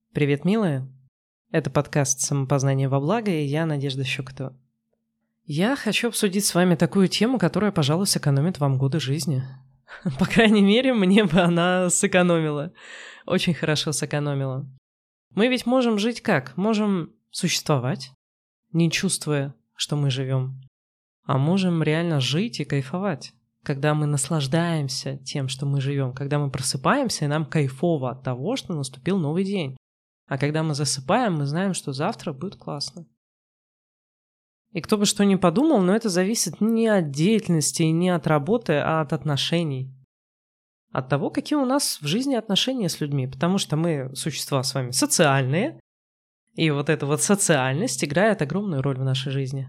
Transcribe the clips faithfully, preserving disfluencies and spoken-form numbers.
Привет, милые! Это подкаст «Самопознание во благо», и я Надежда Щекотова. Я хочу обсудить с вами такую тему, которая, пожалуй, сэкономит вам годы жизни. По крайней мере, мне бы она сэкономила. Очень хорошо сэкономила. Мы ведь можем жить как? Можем существовать, не чувствуя, что мы живем. А можем реально жить и кайфовать, когда мы наслаждаемся тем, что мы живем, когда мы просыпаемся, и нам кайфово от того, что наступил новый день. А когда мы засыпаем, мы знаем, что завтра будет классно. И кто бы что ни подумал, но это зависит не от деятельности и не от работы, а от отношений. От того, какие у нас в жизни отношения с людьми. Потому что мы существа с вами социальные, и вот эта вот социальность играет огромную роль в нашей жизни.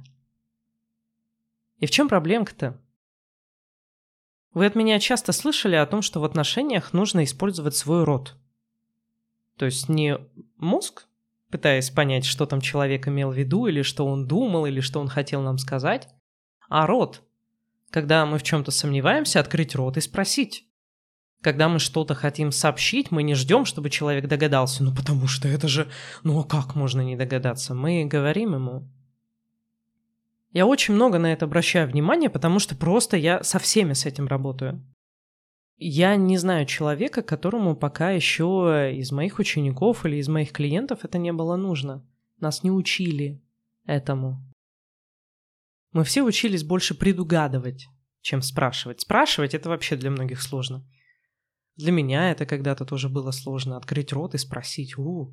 И в чем проблемка-то? Вы от меня часто слышали о том, что в отношениях нужно использовать свой род. То есть не мозг, пытаясь понять, что там человек имел в виду, или что он думал, или что он хотел нам сказать, а рот, когда мы в чем-то сомневаемся, открыть рот и спросить. Когда мы что-то хотим сообщить, мы не ждем, чтобы человек догадался, ну потому что это же, ну а как можно не догадаться? Мы говорим ему. Я очень много на это обращаю внимание, потому что просто я со всеми с этим работаю. Я не знаю человека, которому пока еще из моих учеников или из моих клиентов это не было нужно. Нас не учили этому. Мы все учились больше предугадывать, чем спрашивать. Спрашивать — это вообще для многих сложно. Для меня это когда-то тоже было сложно. Открыть рот и спросить. У.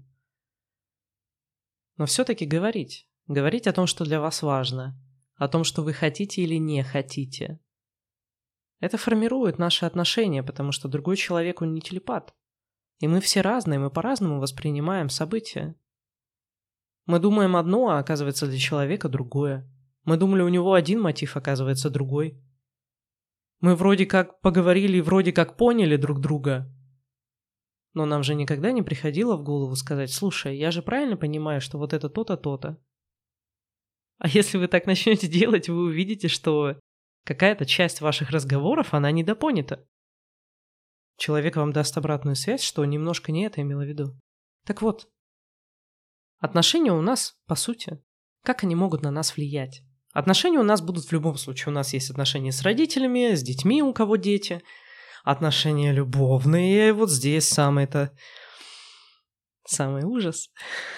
Но все-таки говорить. Говорить о том, что для вас важно. О том, что вы хотите или не хотите. Это формирует наши отношения, потому что другой человек, он не телепат. И мы все разные, мы по-разному воспринимаем события. Мы думаем одно, а оказывается для человека другое. Мы думали, у него один мотив, оказывается другой. Мы вроде как поговорили, вроде как поняли друг друга. Но нам же никогда не приходило в голову сказать: слушай, я же правильно понимаю, что вот это то-то, то-то. А если вы так начнете делать, вы увидите, что какая-то часть ваших разговоров, она недопонята. Человек вам даст обратную связь, что немножко не это имело в виду. Так вот, отношения у нас, по сути, как они могут на нас влиять? Отношения у нас будут в любом случае. У нас есть отношения с родителями, с детьми, у кого дети. Отношения любовные, вот здесь самый-то... Самый ужас.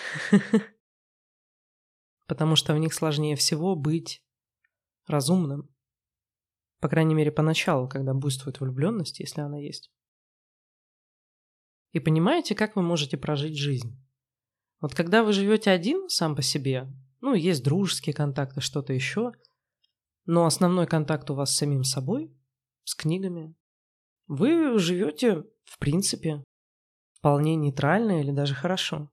Потому что в них сложнее всего быть разумным. По крайней мере, поначалу, когда буйствует влюбленность, если она есть. И понимаете, как вы можете прожить жизнь? Вот когда вы живете один сам по себе, ну, есть дружеские контакты, что-то еще, но основной контакт у вас с самим собой, с книгами, вы живете, в принципе, вполне нейтрально или даже хорошо.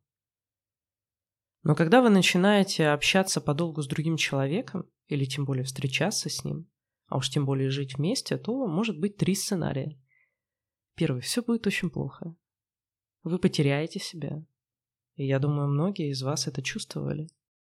Но когда вы начинаете общаться подолгу с другим человеком, или тем более встречаться с ним, а уж тем более жить вместе, то может быть три сценария. Первый. Все будет очень плохо. Вы потеряете себя. И я думаю, многие из вас это чувствовали.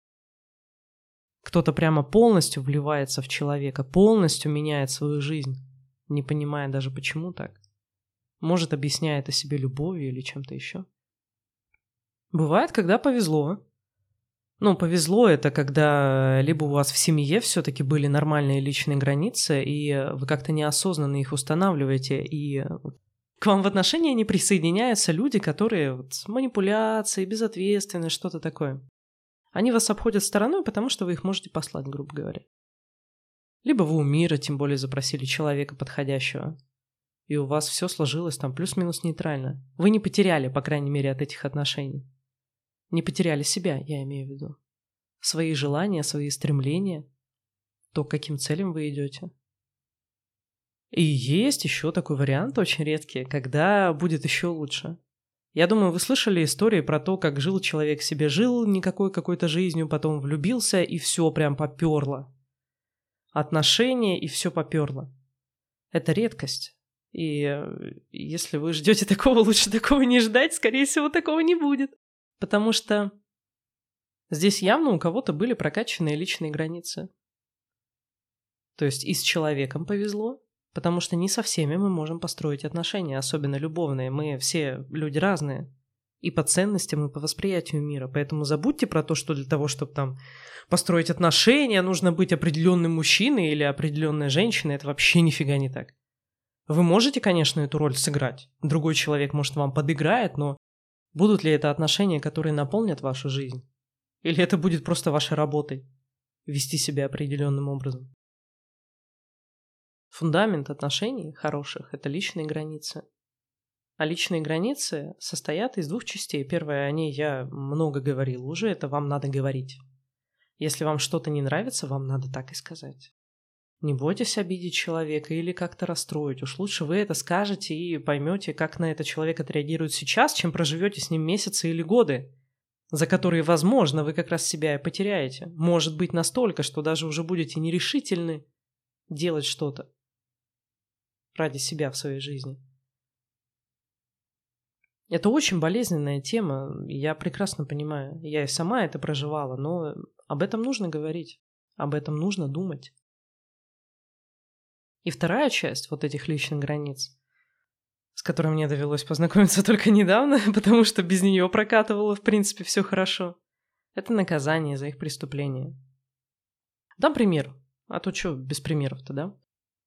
Кто-то прямо полностью вливается в человека, полностью меняет свою жизнь, не понимая даже почему так. Может, объясняя это себе любовью или чем-то еще. Бывает, когда повезло. Ну, повезло — это когда либо у вас в семье все-таки были нормальные личные границы, и вы как-то неосознанно их устанавливаете, и к вам в отношения не присоединяются люди, которые вот манипуляции, безответственность, что-то такое. Они вас обходят стороной, потому что вы их можете послать, грубо говоря. Либо вы у мира, тем более, запросили человека подходящего, и у вас все сложилось там плюс-минус нейтрально. Вы не потеряли, по крайней мере, от этих отношений. Не потеряли себя, я имею в виду. Свои желания, свои стремления, то, к каким целям вы идете. И есть еще такой вариант, очень редкий, когда будет еще лучше. Я думаю, вы слышали истории про то, как жил человек себе, жил никакой какой-то жизнью, потом влюбился, и все прям поперло. Отношения, и все поперло. Это редкость. И если вы ждете такого, лучше такого не ждать, скорее всего, такого не будет. Потому что здесь явно у кого-то были прокачанные личные границы. То есть и с человеком повезло, потому что не со всеми мы можем построить отношения, особенно любовные. Мы все люди разные. и по ценностям, и по восприятию мира. Поэтому забудьте про то, что для того, чтобы там построить отношения, нужно быть определенным мужчиной или определенной женщиной. Это вообще нифига не так. Вы можете, конечно, эту роль сыграть. Другой человек, может, вам подыграет, но будут ли это отношения, которые наполнят вашу жизнь? Или это будет просто вашей работой? Вести себя определенным образом. Фундамент отношений хороших – это личные границы. А личные границы состоят из двух частей. Первое, о ней я много говорил уже, это вам надо говорить. Если вам что-то не нравится, вам надо так и сказать. Не бойтесь обидеть человека или как-то расстроить. Уж лучше вы это скажете и поймете, как на это человек отреагирует сейчас, чем проживете с ним месяцы или годы, за которые, возможно, вы как раз себя и потеряете. Может быть настолько, что даже уже будете нерешительны делать что-то ради себя в своей жизни. Это очень болезненная тема, я прекрасно понимаю. Я и сама это проживала, но об этом нужно говорить, об этом нужно думать. И вторая часть вот этих личных границ, с которой мне довелось познакомиться только недавно, потому что без нее прокатывало, в принципе, все хорошо, это наказание за их преступления. Дам пример, а то что без примеров-то, да?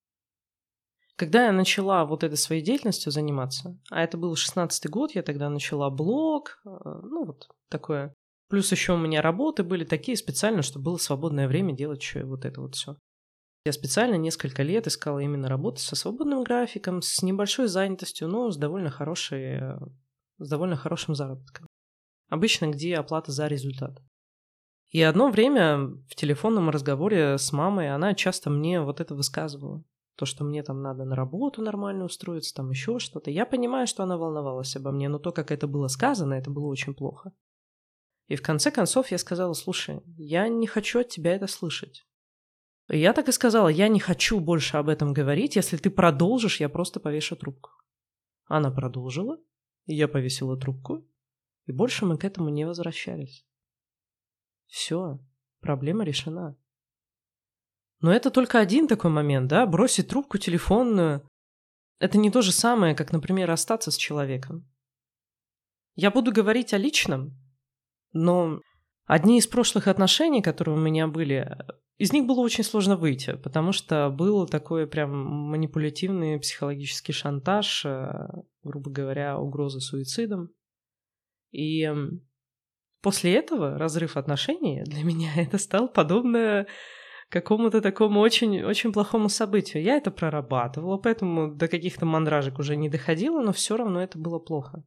Когда я начала вот этой своей деятельностью заниматься, а это был шестнадцатый год, я тогда начала блог, ну вот такое. Плюс еще у меня работы были такие специально, чтобы было свободное время делать еще и вот это вот все. Я специально несколько лет искала именно работу со свободным графиком, с небольшой занятостью, но с довольно хорошей, с довольно хорошим заработком. Обычно где оплата за результат. И одно время в телефонном разговоре с мамой она часто мне вот это высказывала. То, что мне там надо на работу нормально устроиться, там еще что-то. Я понимаю, что она волновалась обо мне, но то, как это было сказано, это было очень плохо. И в конце концов я сказала: слушай, я не хочу от тебя это слышать. И я так и сказала: я не хочу больше об этом говорить, если ты продолжишь, я просто повешу трубку. Она продолжила, и я повесила трубку, и больше мы к этому не возвращались. Все, проблема решена. Но это только один такой момент, да, бросить трубку телефонную. Это не то же самое, как, например, расстаться с человеком. Я буду говорить о личном, но одни из прошлых отношений, которые у меня были, из них было очень сложно выйти, потому что был такой прям манипулятивный психологический шантаж, грубо говоря, угрозы суицидом. И после этого разрыв отношений для меня это стало подобно какому-то такому очень, очень плохому событию. Я это прорабатывала, поэтому до каких-то мандражек уже не доходило, но все равно это было плохо.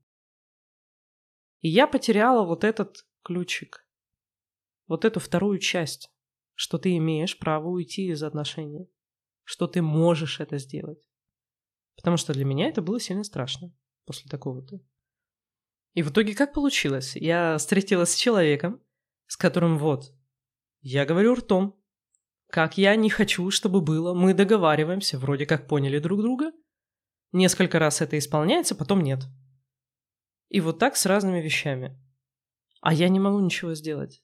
И я потеряла вот этот ключик, вот эту вторую часть, что ты имеешь право уйти из отношений, что ты можешь это сделать. Потому что для меня это было сильно страшно после такого-то. И в итоге как получилось? Я встретилась с человеком, с которым вот, я говорю ртом, как я не хочу, чтобы было, мы договариваемся, вроде как поняли друг друга. Несколько раз это исполняется, потом нет. И вот так с разными вещами. А я не могу ничего сделать.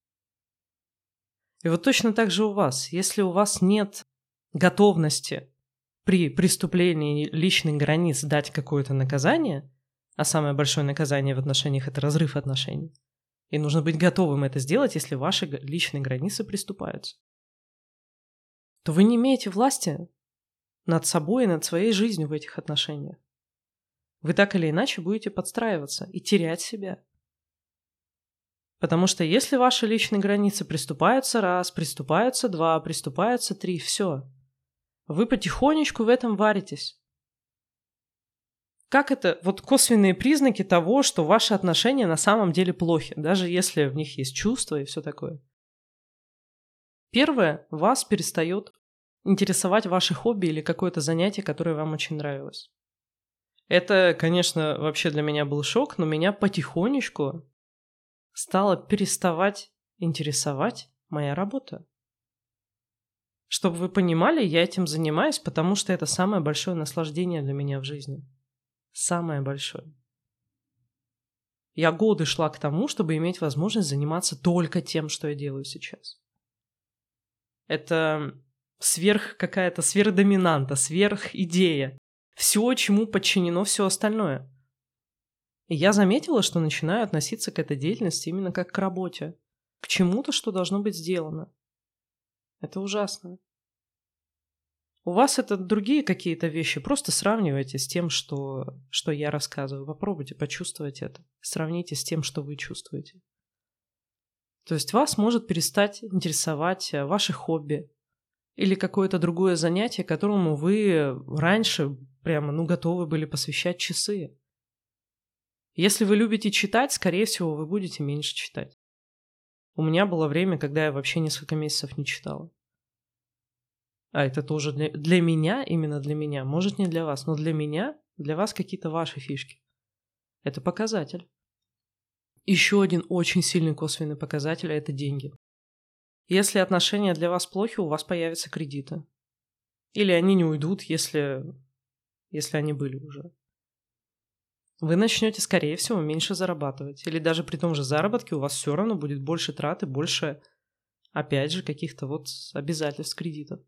И вот точно так же у вас. Если у вас нет готовности при преступлении личных границ дать какое-то наказание, а самое большое наказание в отношениях – это разрыв отношений, и нужно быть готовым это сделать, если ваши личные границы приступаются, то вы не имеете власти над собой и над своей жизнью в этих отношениях. Вы так или иначе будете подстраиваться и терять себя. Потому что если ваши личные границы приступаются раз, приступаются два, приступаются три, все. Вы потихонечку в этом варитесь. Как это? Вот косвенные признаки того, что ваши отношения на самом деле плохи, даже если в них есть чувства и все такое. Первое, вас перестает интересовать ваши хобби или какое-то занятие, которое вам очень нравилось. Это, конечно, вообще для меня был шок, но меня потихонечку стала переставать интересовать моя работа. Чтобы вы понимали, я этим занимаюсь, потому что это самое большое наслаждение для меня в жизни. Самое большое. Я годы шла к тому, чтобы иметь возможность заниматься только тем, что я делаю сейчас. Это сверх какая-то сверхдоминанта, сверхидея. Все, чему подчинено все остальное. И я заметила, что начинаю относиться к этой деятельности именно как к работе, к чему-то, что должно быть сделано. Это ужасно. У вас это другие какие-то вещи. Просто сравнивайте с тем, что, что я рассказываю. Попробуйте почувствовать это. Сравните с тем, что вы чувствуете. То есть вас может перестать интересовать ваши хобби или какое-то другое занятие, которому вы раньше прямо ну, готовы были посвящать часы. Если вы любите читать, скорее всего, вы будете меньше читать. У меня было время, когда я вообще несколько месяцев не читала. А это тоже для, для меня, именно для меня, может не для вас, но для меня, для вас какие-то ваши фишки. Это показатель. Еще один очень сильный косвенный показатель – это деньги. Если отношения для вас плохи, у вас появятся кредиты. Или они не уйдут, если, если они были уже. Вы начнете, скорее всего, меньше зарабатывать. Или даже при том же заработке у вас все равно будет больше трат и больше, опять же, каких-то вот обязательств кредитов.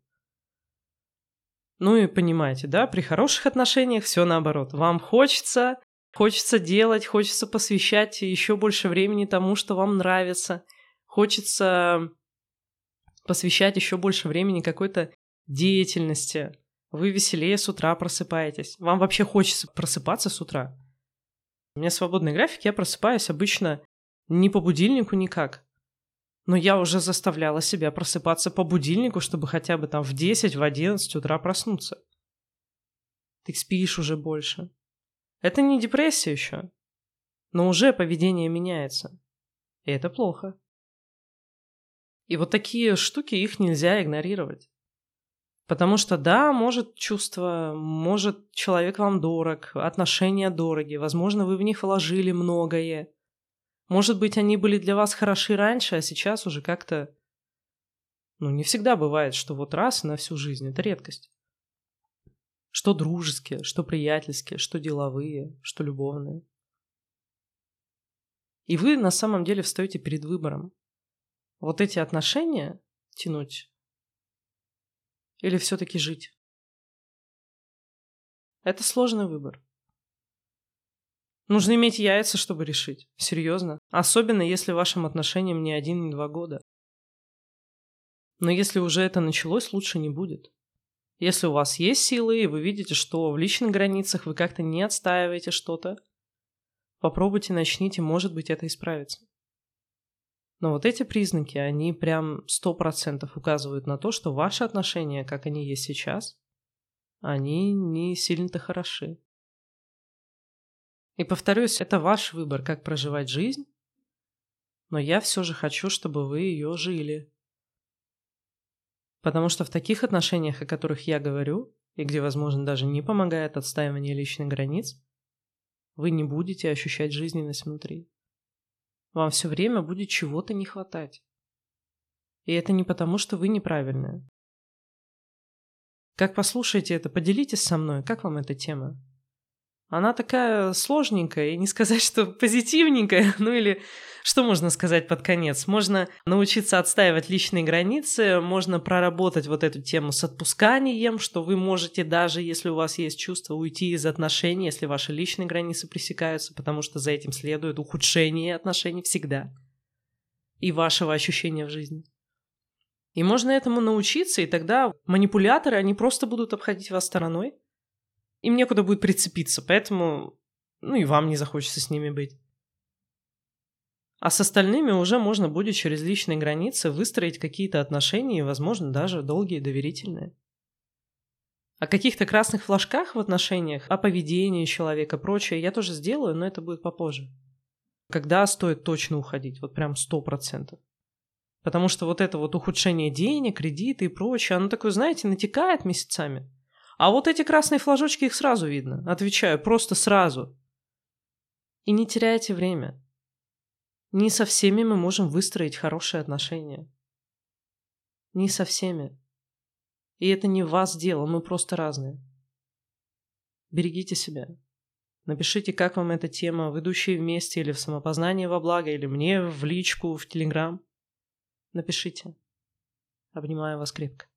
Ну и понимаете, да, при хороших отношениях все наоборот. Вам хочется, хочется делать, хочется посвящать еще больше времени тому, что вам нравится. Хочется посвящать еще больше времени какой-то деятельности. Вы веселее с утра просыпаетесь. Вам вообще хочется просыпаться с утра. У меня свободный график, я просыпаюсь обычно не по будильнику никак. Но я уже заставляла себя просыпаться по будильнику, чтобы хотя бы там в десять, в одиннадцать утра проснуться. Ты спишь уже больше. Это не депрессия еще. Но уже поведение меняется. И это плохо. И вот такие штуки, их нельзя игнорировать. Потому что да, может чувство, может человек вам дорог, отношения дороги, возможно, вы в них вложили многое. Может быть, они были для вас хороши раньше, а сейчас уже как-то... Ну, не всегда бывает, что вот раз и на всю жизнь. Это редкость. Что дружеские, что приятельские, что деловые, что любовные. И вы на самом деле встаете перед выбором. Вот эти отношения тянуть или все-таки жить? Это сложный выбор. Нужно иметь яйца, чтобы решить. Серьезно. Особенно, если вашим отношениям не один, не два года. Но если уже это началось, лучше не будет. Если у вас есть силы, и вы видите, что в личных границах вы как-то не отстаиваете что-то, попробуйте, начните, может быть, это исправится. Но вот эти признаки, они прям сто процентов указывают на то, что ваши отношения, как они есть сейчас, они не сильно-то хороши. И повторюсь, это ваш выбор, как проживать жизнь, но я все же хочу, чтобы вы ее жили. Потому что в таких отношениях, о которых я говорю, и где, возможно, даже не помогает отстаивание личных границ, вы не будете ощущать жизненность внутри. Вам все время будет чего-то не хватать. И это не потому, что вы неправильная. Как послушаете это, поделитесь со мной, как вам эта тема? Она такая сложненькая, и не сказать, что позитивненькая, ну или что можно сказать под конец? Можно научиться отстаивать личные границы, можно проработать вот эту тему с отпусканием, что вы можете даже, если у вас есть чувство, уйти из отношений, если ваши личные границы пресекаются, потому что за этим следует ухудшение отношений всегда и вашего ощущения в жизни. И можно этому научиться, и тогда манипуляторы, они просто будут обходить вас стороной, им некуда будет прицепиться, поэтому, ну и вам не захочется с ними быть. А с остальными уже можно будет через личные границы выстроить какие-то отношения, возможно, даже долгие и доверительные. О каких-то красных флажках в отношениях, о поведении человека, прочее я тоже сделаю, но это будет попозже. Когда стоит точно уходить, вот прям сто процентов. Потому что вот это вот ухудшение денег, кредиты и прочее, оно такое, знаете, натекает месяцами. А вот эти красные флажочки, их сразу видно. Отвечаю, просто сразу. И не теряйте время. Не со всеми мы можем выстроить хорошие отношения. Не со всеми. И это не вас дело, мы просто разные. Берегите себя. Напишите, как вам эта тема в «Идущие вместе» или в «Самопознание во благо», или мне в личку, в Телеграм. Напишите. Обнимаю вас крепко.